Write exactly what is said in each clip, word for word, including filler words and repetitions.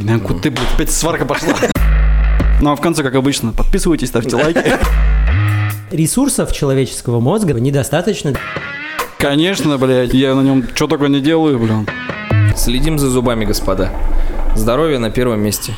Блин, куда ты, блядь, опять сварка пошла. Ну а в конце, как обычно, подписывайтесь, ставьте лайки. Ресурсов человеческого мозга недостаточно. Конечно, блядь, я на нем что только не делаю, блин. Следим за зубами, господа. Здоровье на первом месте.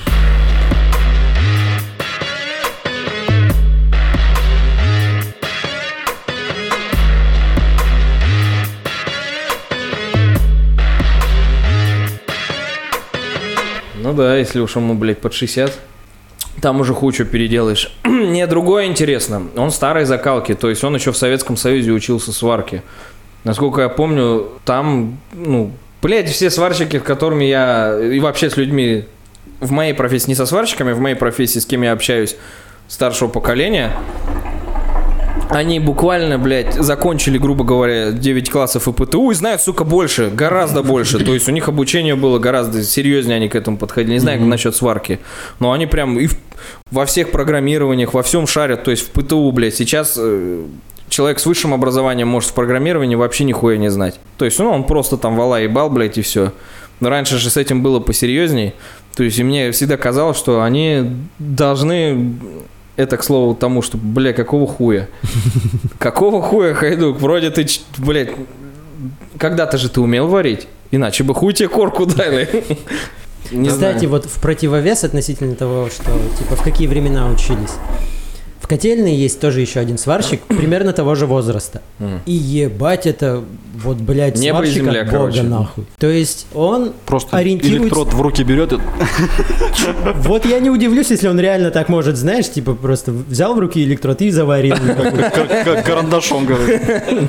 Ну да, если уж ему, блядь, под шестьдесят, там уже хуй что переделаешь. Мне другое интересно. Он старой закалки, то есть он еще в Советском Союзе учился сварке. Насколько я помню, там, ну, блядь, все сварщики, с которыми я, и вообще с людьми в моей профессии, не со сварщиками, в моей профессии, с кем я общаюсь, старшего поколения, они буквально, блядь, закончили, грубо говоря, девять классов и ПТУ и знают, сука, больше, гораздо больше. То есть у них обучение было гораздо серьезнее, они к этому подходили. Не знаю, mm-hmm. как насчет сварки, но они прям и в, во всех программированиях, во всем шарят. То есть в ПТУ, блядь, сейчас э, человек с высшим образованием может в программировании вообще нихуя не знать. То есть, ну, он просто там вала ебал, блядь, и все. Но раньше же с этим было посерьезней. То есть и мне всегда казалось, что они должны... Это, к слову, тому, что, бля, какого хуя? Какого хуя, Хайдук? Вроде ты, блядь, когда-то же ты умел варить. Иначе бы хуй тебе корку дали. Кстати, вот в противовес относительно того, что, типа, в какие времена учились. В котельной есть тоже еще один сварщик, примерно того же возраста. Mm. И ебать это, вот, блядь, небо сварщика земля, бога, короче. Нахуй. То есть он просто ориентируется... электрод в руки берет. Вот я не удивлюсь, если он реально так может, знаешь, типа просто взял в руки электрод и заварил. Как карандашом, говорит.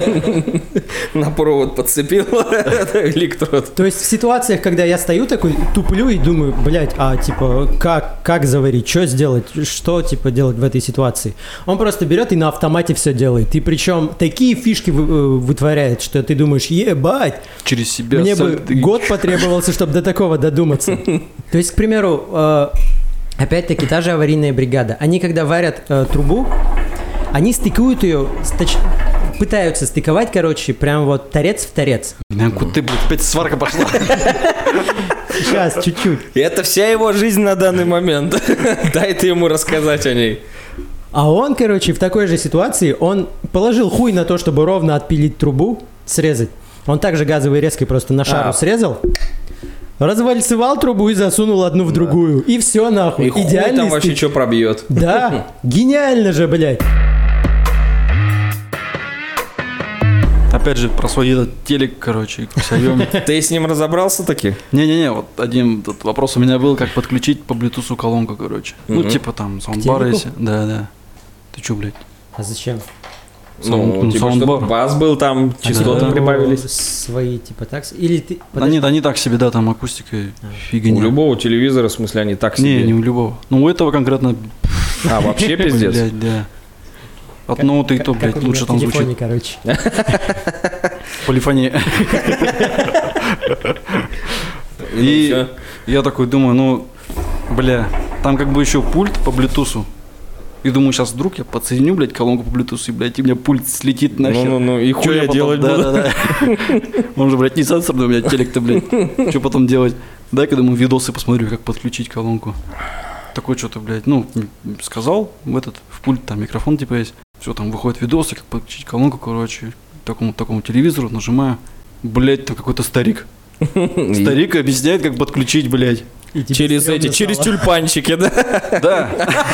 На провод подцепил электрод. То есть в ситуациях, когда я стою такой, туплю и думаю, блядь, а типа как, как заварить, что сделать, что типа делать в этой ситуации? Он просто берет и на автомате все делает. И причем такие фишки вы, вытворяет, что ты думаешь, ебать, через себя мне бы год потребовался, чтобы до такого додуматься. То есть, к примеру, э, опять-таки та же аварийная бригада. Они когда варят э, трубу, они стыкуют ее, сточ... пытаются стыковать, короче, прям вот торец в торец. Блин, куда ты, блядь, опять сварка пошла. Сейчас, чуть-чуть. Это вся его жизнь на данный момент. Дай ты ему рассказать о ней. А он, короче, в такой же ситуации, он положил хуй на то, чтобы ровно отпилить трубу, срезать. Он также газовой резкой просто на шару а. срезал, развальцевал трубу и засунул одну в другую. Да. И все нахуй. И хуй там стык. Вообще что пробьет. Да, гениально же, блядь. Опять же, про свой этот телек, короче, Xiaomi. Ты с ним разобрался таки? Не-не-не, вот один тут вопрос у меня был, как подключить по Bluetooth колонку, короче. Ну, типа там саундбар, если... Да-да. Ты чё, блядь? А зачем? Ну, ну типа, чтобы бас был там, частоты а прибавились. Свои, типа, так... Или ты... Да нет, они так себе, да, там акустика а. фига У нет. любого телевизора, в смысле, они так себе? Не, не у любого. Ну, у этого конкретно... А, вообще пиздец? Блядь, да. От ноута и то, блядь, лучше там звучит. Полифония, короче. Полифония. И я такой думаю, ну, бля, там как бы еще пульт по Bluetooth. И думаю, сейчас вдруг я подсоединю, блядь, колонку по Bluetooth, и, блядь, и у меня пульт слетит нахер. Ну-ну-ну, и хуй я делать буду. Да-да-да. Он же, блядь, не сенсорный у меня телек-то, блядь. Что потом делать? Дай-ка, думаю, видосы посмотрю, как подключить колонку. Такой что-то, блядь, ну, сказал в этот, в пульт, там микрофон типа есть. Все, там выходят видосы, как подключить колонку, короче, к такому, такому телевизору, нажимаю. Блядь, там какой-то старик. Старик объясняет, как подключить, блядь. Через эти, стало. Через тюльпанчики, да? Да.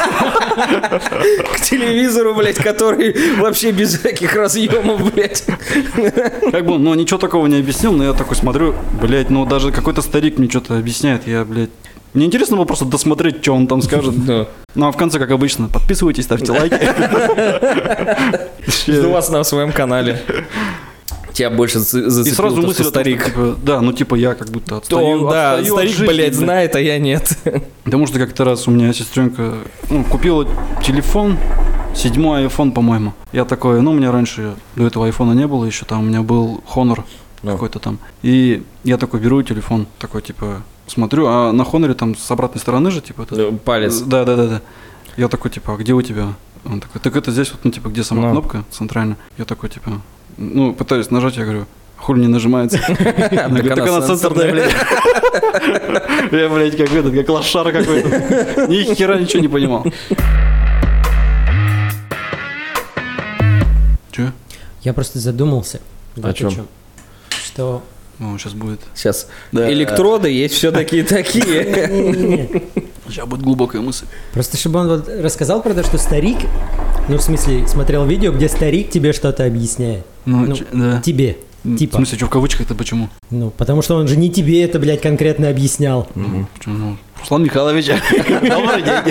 К телевизору, блядь, который вообще без всяких разъемов, блядь. Как бы, ну, ничего такого не объяснил, но я такой смотрю, блядь, ну, даже какой-то старик мне что-то объясняет, я, блядь. Мне интересно было просто досмотреть, что он там скажет. Да. Ну, а в конце, как обычно, подписывайтесь, ставьте лайки. Жду вас на своем канале. Тебя больше зацепил и сразу то, мысль, что старик. Том, типа, да, ну типа я как будто отстаю. То он, да, отстаю старик, жизни, блядь, знает, а я нет. Потому что как-то раз у меня сестренка ну, купила телефон, седьмой iPhone, по-моему. Я такой, ну, у меня раньше до этого айфона не было, еще там у меня был Honor no. какой-то там. И я такой беру телефон, такой, типа, смотрю, а на Honor там с обратной стороны же, типа... Это... Палец. Да, да, да, да. Я такой, типа, а где у тебя? Он такой, так это здесь вот, ну, типа, где сама no. кнопка центральная. Я такой, типа... Ну, пытаюсь нажать, я говорю, Хули не нажимается. Так она сенсорная, блядь. Я, блядь, как этот, как лошара какой-то. Ни хера ничего не понимал. Че? Я просто задумался. О чем? Что... Ну, сейчас будет. Сейчас. Да. Электроды есть все-таки такие. Не-не-не. Сейчас будет глубокая мысль. Просто чтобы он вот рассказал про то, что старик, ну, в смысле, смотрел видео, где старик тебе что-то объясняет. Ну, Ну, ч- да. Тебе. В Типа. смысле, что в кавычках-то почему? Ну, потому что он же не тебе это, блядь, конкретно объяснял. Ну, чё, ну, Руслан Михайлович, добрый день.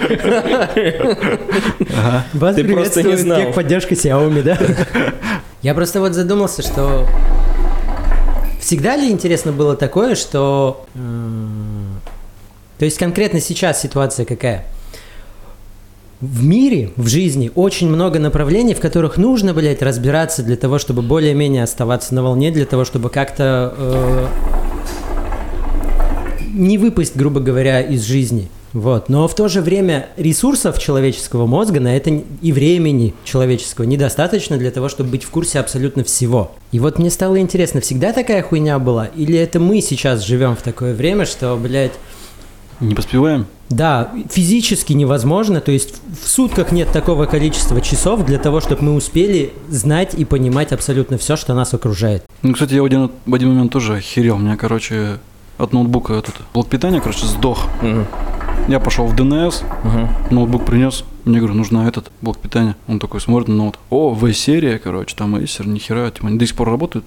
Ага. Вас Ты просто не приветствует знал. техподдержка Xiaomi, да? Я просто вот задумался, что всегда ли интересно было такое, что... м, То есть конкретно сейчас ситуация какая? В мире, в жизни очень много направлений, в которых нужно, блядь, разбираться для того, чтобы более-менее оставаться на волне, для того, чтобы как-то э, не выпасть, грубо говоря, из жизни. Вот. Но в то же время ресурсов человеческого мозга на это н- и времени человеческого недостаточно для того, чтобы быть в курсе абсолютно всего. И вот мне стало интересно, всегда такая хуйня была? Или это мы сейчас живем в такое время, что, блядь, Не поспеваем? да, физически невозможно, то есть в в сутках нет такого количества часов для того, чтобы мы успели знать и понимать абсолютно все, что нас окружает. Ну, кстати, я в один, в один момент тоже охерел. У меня, короче, от ноутбука этот блок питания, короче, сдох. Мгм. Я пошел в ДНС, Мгм. ноутбук принес. Мне говорю, нужно этот блок питания. Он такой смотрит на ноут. О, В-серия, короче, там Acer, нихера, типа, они до сих пор работают.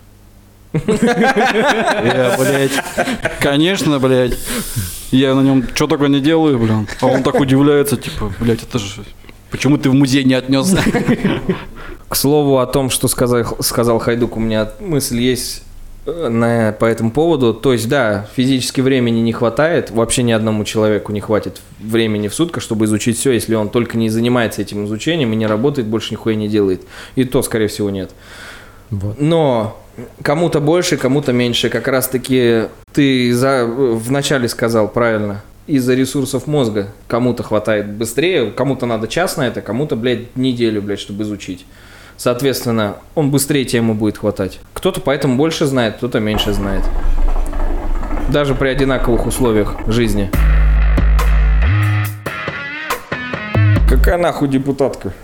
Я, блядь, конечно, блядь. Я на нем что только не делаю, блин. А он так удивляется, типа, блядь, это же... Почему ты в музей не отнес? К слову о том, что сказал, сказал Хайдук, у меня мысль есть э, на, по этому поводу. То есть, да, физически времени не хватает, вообще ни одному человеку не хватит времени в сутках, чтобы изучить все, если он только не занимается этим изучением и не работает, больше нихуя не делает. И то, скорее всего, нет. Вот. Но кому-то больше, кому-то меньше. Как раз-таки ты за, вначале сказал правильно. Из-за ресурсов мозга кому-то хватает быстрее, кому-то надо час на это, кому-то, блядь, неделю, блядь, чтобы изучить. Соответственно, он быстрее тему будет хватать. Кто-то поэтому больше знает, кто-то меньше знает. Даже при одинаковых условиях жизни. Какая нахуй депутатка?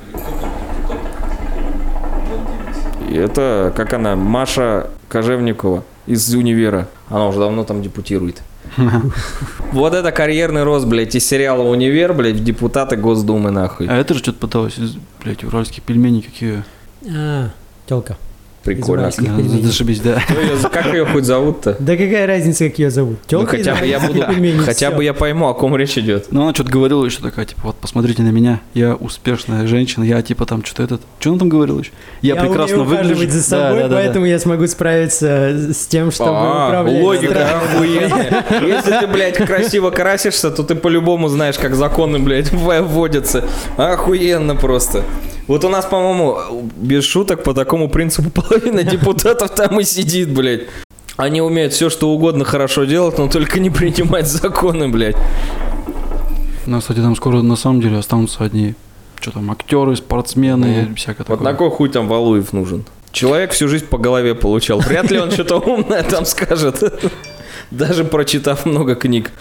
И это, как она, Маша Кожевникова из универа. Она уже давно там депутирует. Вот это карьерный рост, блядь, из сериала «Универ», блядь, в депутаты Госдумы, нахуй. А это же что-то пыталось, из, блядь, уральские пельмени какие. А, тёлка. Прикольно. Из уральских пельменей. Зашибись, да. Кто её- Как ее хоть зовут-то? Да какая разница, как ее зовут? Ну, Тёлка хотя бы я буду, хотя бы я пойму, о ком речь идет. Ну, она что-то говорила еще такая, типа, вот посмотрите на меня, я успешная женщина, я типа там что-то этот... Что она там говорила еще? Я, прекрасно умею выгляжу. ухаживать за собой, Да, да, да, поэтому я смогу справиться с тем, чтобы А, управлять логика страной. охуенная. Если ты, блядь, красиво красишься, то ты по-любому знаешь, как законы, блядь, вводятся. Охуенно просто. Вот у нас, по-моему, без шуток, по такому принципу половина депутатов там и сидит, блядь. Они умеют все, что угодно хорошо делать, но только не принимать законы, блядь. Ну, кстати, там скоро на самом деле останутся одни, что там, актеры, спортсмены, Мгм. всякое Вот такое. на кой хуй там Валуев нужен? Человек всю жизнь по голове получал. Вряд ли он что-то умное там скажет. Даже прочитав много книг.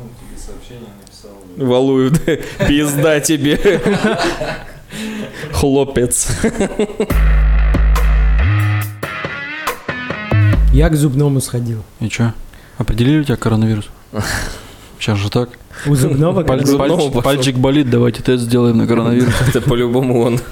Валуев, да, пизда тебе. Хлопец. Я к зубному сходил. И что, определили у тебя коронавирус? Сейчас же так. У зубного Паль- как зубного пальчик, пошел. пальчик болит, давайте тест сделаем на коронавирус. Это по-любому он.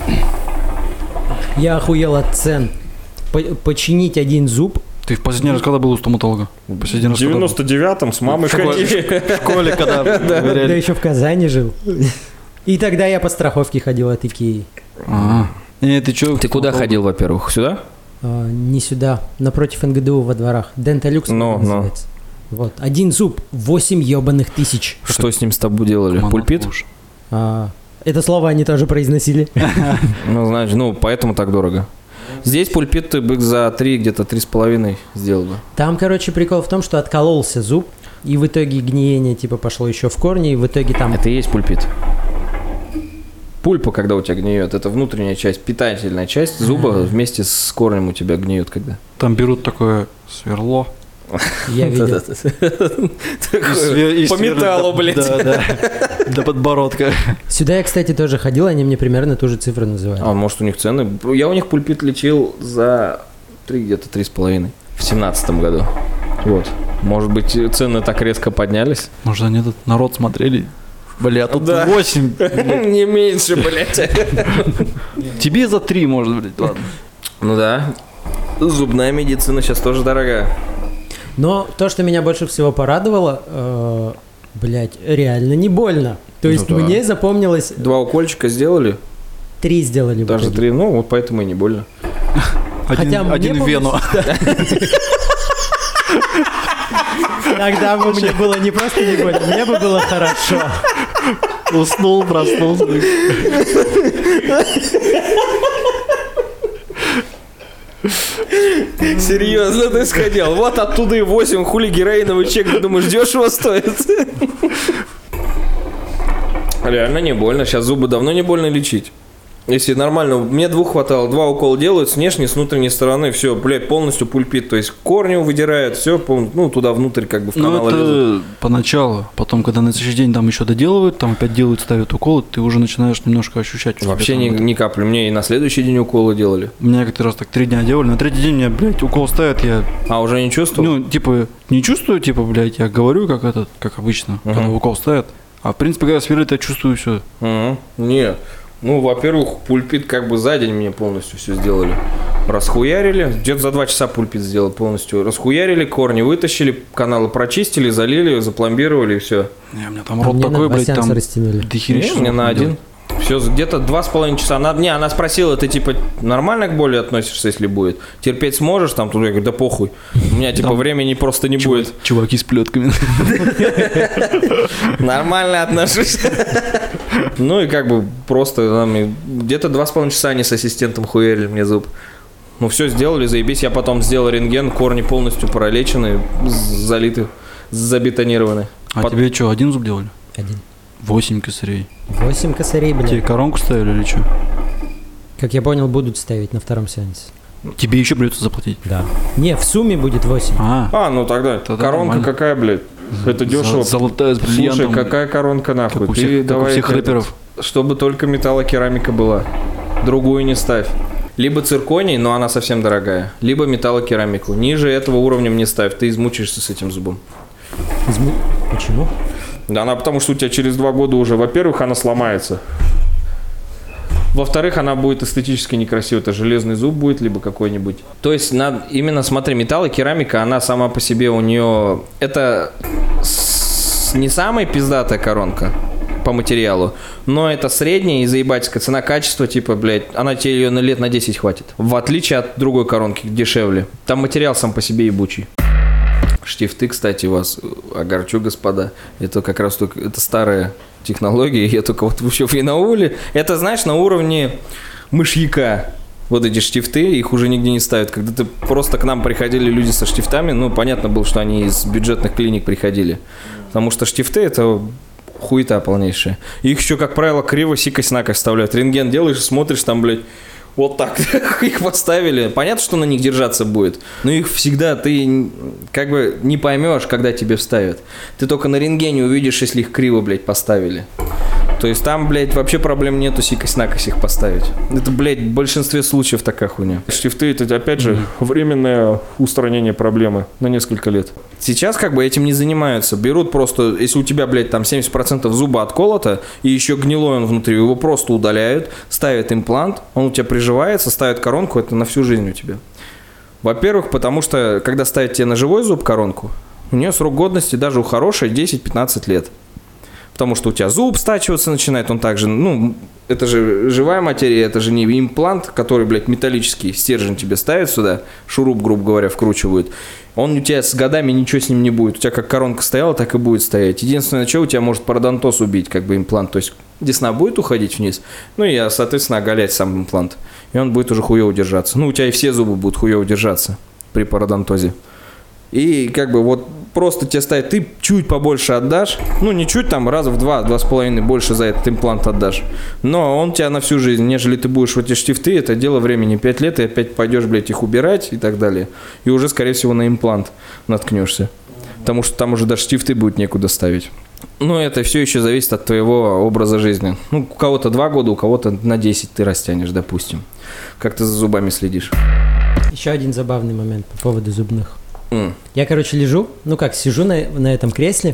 Я охуел от цен. По- починить один зуб. Ты в последний раз когда был у стоматолога? Последний раз В когда был? девяносто девятом с мамой В школе- ходили. В школе, когда Да проверяли. еще в Казани жил. И тогда я по страховке ходил от Икеи. А, э, ты что? Ты куда ходил, во-первых? Сюда? А, не сюда, напротив эн гэ дэ у во дворах. Денталюкс Но, но. называется. Вот. Один зуб, восемь ебаных тысяч. Что с ним с тобой делали? Пульпит? А, это слово они тоже произносили. Ну, знаешь, ну, поэтому так дорого. Здесь пульпит ты бы за три, где-то три с половиной сделал бы. Там, короче, прикол в том, что откололся зуб, и в итоге гниение типа пошло еще в корни, и в итоге там... Это и есть пульпит. Пульпа, когда у тебя гниет, это внутренняя часть, питательная часть зуба вместе с корнем у тебя гниет, когда. Там берут такое сверло. Я видел. По металлу, блядь. Да, да. До подбородка. Сюда я, кстати, тоже ходил, они мне примерно ту же цифру называют. А может у них цены? Я у них пульпит лечил за три, где-то три с половиной в семнадцатом году. Вот. Может быть, цены так резко поднялись? Может, они этот народ смотрели? Бля, тут Да. восемь. Не меньше, блядь. Тебе за три, может быть, ладно. Ну да. Зубная медицина сейчас тоже дорогая. Но то, что меня больше всего порадовало, э, блядь, реально не больно. То есть Ну да. мне запомнилось... Два укольчика сделали, Три сделали. в даже итоге. три, ну вот поэтому и не больно. Хотя Один, мне один в вену. Тогда бы мне было не просто не больно, мне бы было хорошо. Уснул, проснулся. Серьезно, ты сходил? Вот оттуда и восемь, хули героиновый чек, ты думаешь, дешево стоит? Реально не больно, сейчас зубы давно не больно лечить. Если нормально, мне двух хватало, два укола делают с внешней, с внутренней стороны, все, блядь, полностью пульпит, то есть корни выдирают, все, ну, туда внутрь, как бы в канал Ну, это лезут. поначалу. Потом, когда на следующий день там еще доделывают, там опять делают, ставят уколы, ты уже начинаешь немножко ощущать. что Вообще тебе ни, там это. ни капли, мне и на следующий день уколы делали. Меня как-то раз так три дня делали, на третий день мне, блядь, укол ставят, я, А уже не чувствовал? ну, типа, не чувствую, типа, блядь, я говорю, как этот, как обычно, Мгм. когда укол ставят. А, в принципе, когда сверлит, я чувствую все. Угу. Не, ну, во-первых, пульпит как бы за день мне полностью все сделали. Расхуярили, где-то за два часа пульпит сделал полностью. Расхуярили, корни вытащили, каналы прочистили, залили, запломбировали и все. Не, у меня там А рот мне такой, на два блядь, сеанса там растянули. дохерища. Мне на один. Все, где-то два с половиной часа. Она, не, она спросила, ты типа нормально к боли относишься, если будет? Терпеть сможешь? Там, тут я говорю, да похуй. У меня типа Там времени просто не Чувак- будет. Чуваки с плетками. Нормально отношусь. Ну и как бы просто там и где-то два с половиной часа они с ассистентом хуярили мне зуб. Ну все сделали, заебись. Я потом сделал рентген, корни полностью пролечены, залиты, забетонированы. А Под- тебе что, один зуб делали? Один. Восемь косарей. Восемь косарей, Тебе блядь. коронку ставили или что? Как я понял, будут ставить на втором сеансе. Тебе еще придется заплатить. Да. Не, в сумме будет восемь. А, А, ну тогда, Тогда коронка нормально. какая, блядь? Это дешево. за- золотая с бриллиантом. Слушай, какая коронка нахуй? Как у Ты всех, как у давай всех это- рэперов. Чтобы только металлокерамика была. Другую не ставь. Либо цирконий, но она совсем дорогая. Либо металлокерамику. Ниже этого уровня не ставь. Ты измучаешься с этим зубом. Изму- Почему? Да она потому что у тебя через два года уже, во-первых, она сломается. Во-вторых, она будет эстетически некрасивой. Это железный зуб будет, либо какой-нибудь. То есть, надо, именно смотри, металл и керамика, она сама по себе у нее... Это с- не самая пиздатая коронка по материалу, но это средняя и заебательская цена-качество, типа, блядь, она тебе ее на лет на десять хватит. В отличие от другой коронки, дешевле. Там материал сам по себе ебучий. Штифты, кстати, вас огорчу, господа. Это как раз только это старая технология. Я только вот еще в Янауле. Это, знаешь, на уровне мышьяка. Вот эти штифты, их уже нигде не ставят. Когда ты просто к нам приходили люди со штифтами, ну, понятно было, что они из бюджетных клиник приходили. Потому что штифты это хуета полнейшая. Их еще, как правило, криво сикость-накость вставляют. Рентген делаешь, смотришь, там, блядь, вот так их поставили. Понятно, что на них держаться будет, но их всегда ты как бы не поймешь, когда тебе вставят. Ты только на рентгене увидишь, если их криво, блядь, поставили. То есть там, блядь, вообще проблем нету сикость-накость их поставить. Это, блядь, в большинстве случаев такая хуйня. Штифты это, опять же, временное устранение проблемы на несколько лет. Сейчас как бы этим не занимаются. Берут просто, если у тебя, блядь, там семьдесят процентов зуба отколото, и еще гнилой он внутри, его просто удаляют, ставят имплант, он у тебя приживается, ставят коронку, это на всю жизнь у тебя. Во-первых, потому что, когда ставят тебе на живой зуб коронку, у нее срок годности даже у хорошей десять-пятнадцать лет. Потому что у тебя зуб стачиваться начинает, он также, ну, это же живая материя, это же не имплант, который, блядь, металлический, стержень тебе ставят сюда, шуруп, грубо говоря, вкручивают. Он у тебя с годами ничего с ним не будет. У тебя как коронка стояла, так и будет стоять. Единственное, что у тебя может пародонтоз убить, как бы имплант. То есть десна будет уходить вниз, ну и, соответственно, оголять сам имплант. И он будет уже хуёво держаться. Ну, у тебя и все зубы будут хуёво держаться при пародонтозе. И как бы вот просто тебе ставят, ты чуть побольше отдашь, ну не чуть, там раза в два, два с половиной больше за этот имплант отдашь, но он тебя на всю жизнь, нежели ты будешь в эти штифты, это дело времени, пять лет, и опять пойдешь, блядь, их убирать и так далее, и уже, скорее всего, на имплант наткнешься, потому что там уже даже штифты будет некуда ставить. Но это все еще зависит от твоего образа жизни. Ну, у кого-то два года, у кого-то на десять ты растянешь, допустим. Как ты за зубами следишь? Еще один забавный момент по поводу зубных. Mm. Я, короче, лежу, ну как, сижу на, на этом кресле,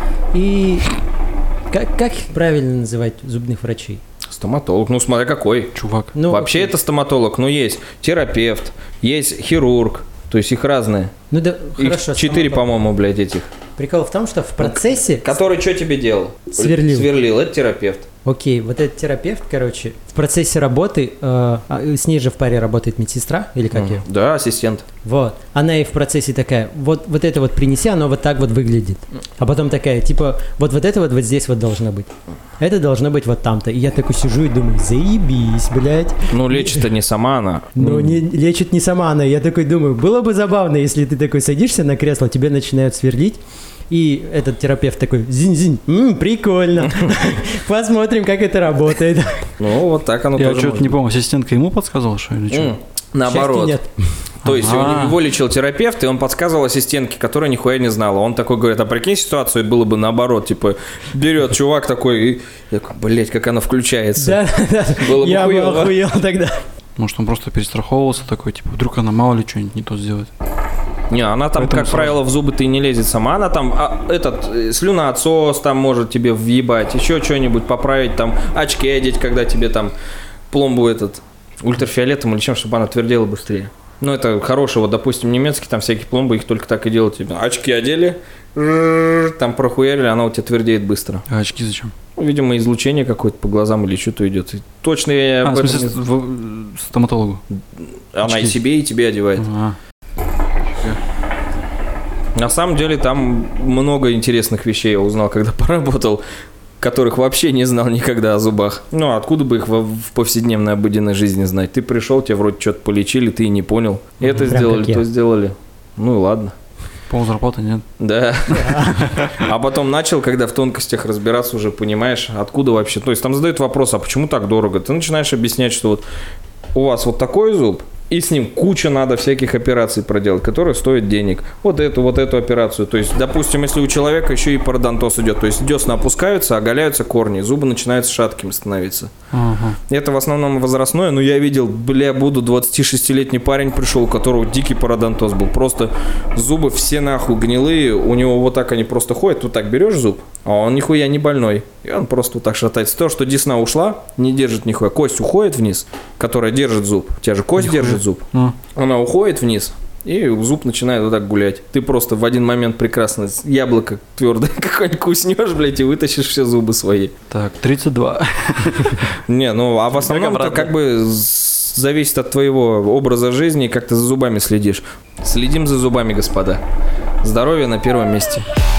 и как, как их правильно называть, зубных врачей? Стоматолог, ну смотря какой. Чувак. Ну, Вообще окей. это стоматолог, но есть терапевт, есть хирург, то есть их разные. Ну да, Их хорошо. четыре, стоматолог. по-моему, блядь, этих. Прикол в том, что в процессе... Который что тебе делал? Сверлил. Сверлил, это терапевт. Окей, вот этот терапевт, короче, в процессе работы, э, а, с ней же в паре работает медсестра, или как Mm. ее? Да, ассистент. Вот. Она и в процессе такая, вот, вот это вот принеси, оно вот так вот выглядит. А потом такая, типа, вот, вот это вот вот здесь вот должно быть. Это должно быть вот там-то. И я такой сижу и думаю, заебись, блядь. Ну, лечит-то не сама она. Но не, лечит не сама она. Я такой думаю, было бы забавно, если ты такой садишься на кресло, тебе начинают сверлить, и этот терапевт такой, зинь-зинь, м, прикольно, посмотрим, как это работает. Ну, вот так оно Я тоже что-то может не помню, ассистентка ему подсказывала, что или что? М, Наоборот. Счастья нет. То есть Ага. он, его лечил терапевт, и он подсказывал ассистентке, которая нихуя не знала. Он такой говорит, а прикинь ситуацию, было бы наоборот, типа, берет чувак такой, и я такой, блять, как она включается. Да, да, Было бы я бы хуёво. охуел тогда. Может, он просто перестраховывался такой, типа, вдруг она мало ли что-нибудь не то сделает. Не, она там, Поэтому как сразу. правило, в зубы ты не лезет сама. Она там, а, этот, э, слюноотсос там может тебе въебать, еще что-нибудь поправить, там, очки одеть, когда тебе там пломбу этот, ультрафиолетом или чем, чтобы она твердела быстрее. Ну, это хороший, вот, допустим, немецкий, там всякие пломбы, их только так и делают тебе. Очки одели, рррр, там прохуярили, она у тебя твердеет быстро. А очки зачем? Ну, видимо, излучение какое-то по глазам или что-то идет. И точно я А, об в этом смысле, не- в- стоматологу. Она и очки. себе, и тебе одевает. А, На самом деле там много интересных вещей я узнал, когда поработал, которых вообще не знал никогда о зубах. Ну, откуда бы их в, в повседневной обыденной жизни знать? Ты пришел, тебя вроде что-то полечили, ты и не понял. Это Прям сделали, как я. то сделали. Ну и ладно. пол зарплаты нет. Да. А потом начал, когда в тонкостях разбираться, уже понимаешь, откуда вообще. То есть там задают вопрос, а почему так дорого? Ты начинаешь объяснять, что вот у вас вот такой зуб, и с ним куча надо всяких операций проделать, которые стоят денег. Вот эту, вот эту операцию. То есть, допустим, если у человека еще и пародонтоз идет, то есть десна опускаются, оголяются корни, зубы начинают шаткими становиться. Ага. Это в основном возрастное, но я видел, бля, буду двадцатишестилетний парень пришел, у которого дикий пародонтоз был. Просто зубы все нахуй гнилые, у него вот так они просто ходят, вот так берешь зуб, а он нихуя не больной. И он просто вот так шатается. То, что десна ушла, не держит нихуя. Кость уходит вниз, которая держит зуб. У тебя же кость Нихуя. держит зуб. Ну, Она уходит вниз, и зуб начинает вот так гулять. Ты просто в один момент прекрасно яблоко твердое какое-нибудь куснешь, блядь, и вытащишь все зубы свои. так, тридцать два. Не, ну а в основном это обратно. как бы з- зависит от твоего образа жизни, как ты за зубами следишь. Следим за зубами, господа. Здоровье на первом месте.